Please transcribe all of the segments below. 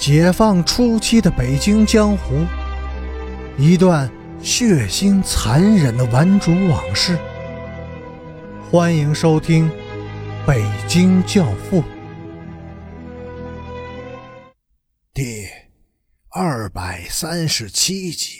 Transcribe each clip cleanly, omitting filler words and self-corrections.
解放初期的北京江湖，一段血腥残忍的顽主往事。欢迎收听《北京教父》第237集。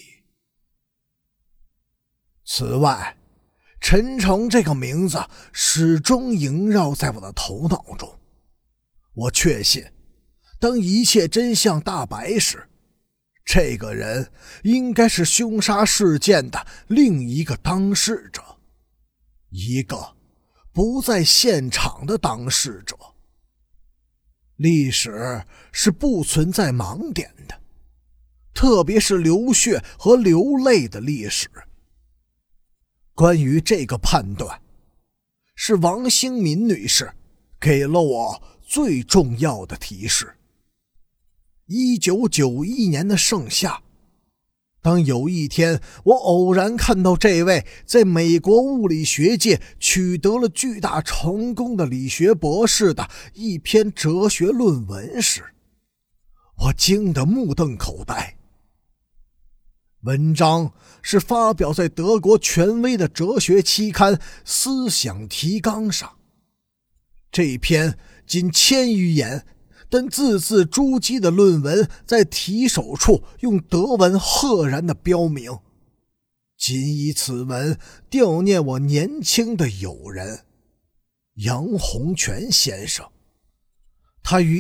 此外，陈诚这个名字始终萦绕在我的头脑中。我确信，当一切真相大白时，这个人应该是凶杀事件的另一个当事者，一个不在现场的当事者。历史是不存在盲点的，特别是流血和流泪的历史。关于这个判断，是王兴敏女士给了我最重要的提示。1991年的盛夏，当有一天我偶然看到这位在美国物理学界取得了巨大成功的理学博士的一篇哲学论文时，我惊得目瞪口呆。文章是发表在德国权威的哲学期刊《思想提纲》上。这篇仅1000余言但字字珠玑的论文，在题首处用德文赫然地标明，仅以此文悼念我年轻的友人杨洪全先生。他于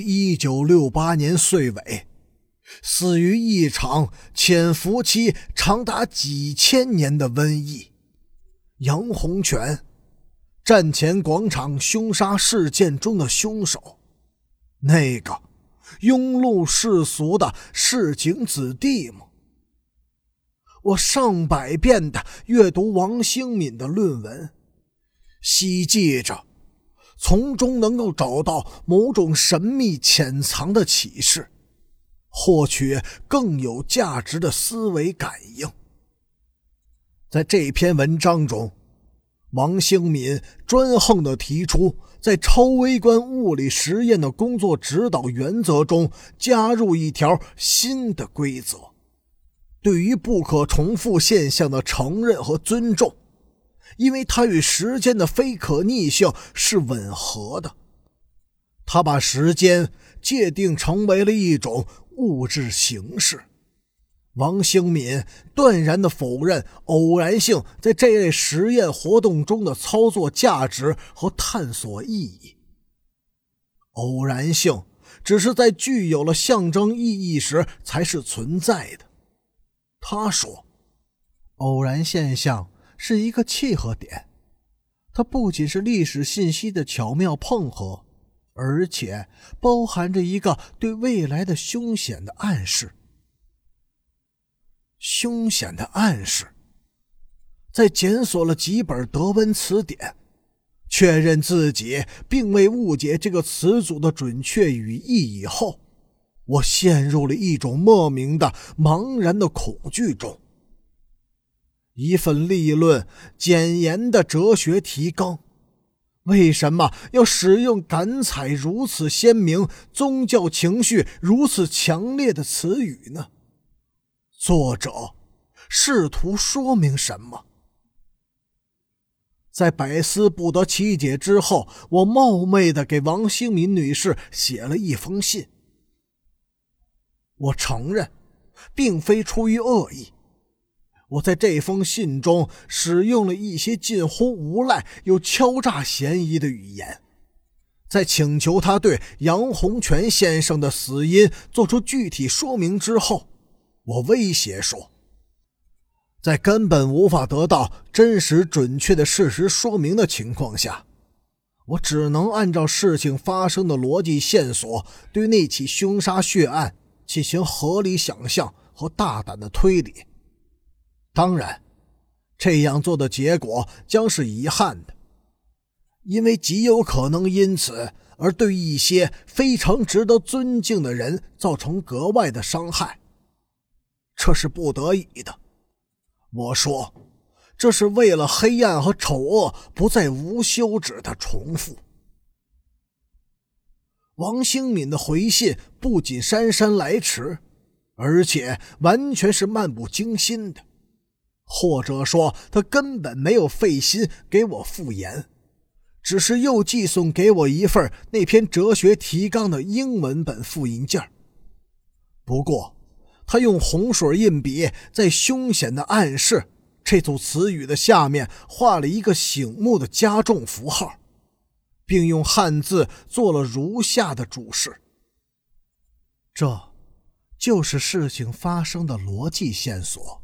1968年岁尾，死于一场潜伏期长达几千年的瘟疫。杨洪全，战前广场凶杀事件中的凶手，那个庸碌世俗的市井子弟吗？我上百遍地阅读王兴敏的论文，希冀着从中能够找到某种神秘潜藏的启示，获取更有价值的思维感应。在这篇文章中，王兴敏专横地提出，在超微观物理实验的工作指导原则中加入一条新的规则，对于不可重复现象的承认和尊重，因为它与时间的非可逆性是吻合的。他把时间界定成为了一种物质形式。王兴敏断然地否认偶然性在这类实验活动中的操作价值和探索意义。偶然性只是在具有了象征意义时才是存在的。他说，偶然现象是一个契合点，它不仅是历史信息的巧妙碰合，而且包含着一个对未来的凶险的暗示。凶险的暗示。在检索了几本德文词典，确认自己并未误解这个词组的准确语义以后，我陷入了一种莫名的茫然的恐惧中。一份立论简言的哲学提纲，为什么要使用感彩如此鲜明、宗教情绪如此强烈的词语呢？作者试图说明什么？在百思不得其解之后，我冒昧地给王兴敏女士写了一封信。我承认，并非出于恶意。我在这封信中使用了一些近乎无赖有敲诈嫌疑的语言，在请求他对杨洪全先生的死因做出具体说明之后，我威胁说，在根本无法得到真实准确的事实说明的情况下，我只能按照事情发生的逻辑线索，对那起凶杀血案进行合理想象和大胆的推理。当然，这样做的结果将是遗憾的，因为极有可能因此而对一些非常值得尊敬的人造成格外的伤害。这是不得已的。我说，这是为了黑暗和丑恶不再无休止的重复。 王兴敏的回信不仅姗姗来迟，而且完全是漫不经心的，或者说他根本没有费心给我复言，只是又寄送给我一份那篇哲学提纲的英文本复印件。不过他用红水印笔在凶险的暗示这组词语的下面画了一个醒目的加重符号，并用汉字做了如下的注释：这就是事情发生的逻辑线索。